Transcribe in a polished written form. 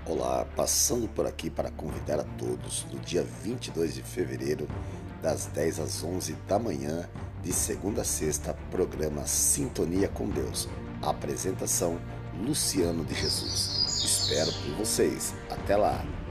Olá, passando por aqui para convidar a todos no dia 22 de fevereiro, das 10 às 11 da manhã, de segunda a sexta, programa Sintonia com Deus. Apresentação: Luciano de Jesus. Espero por vocês. Até lá!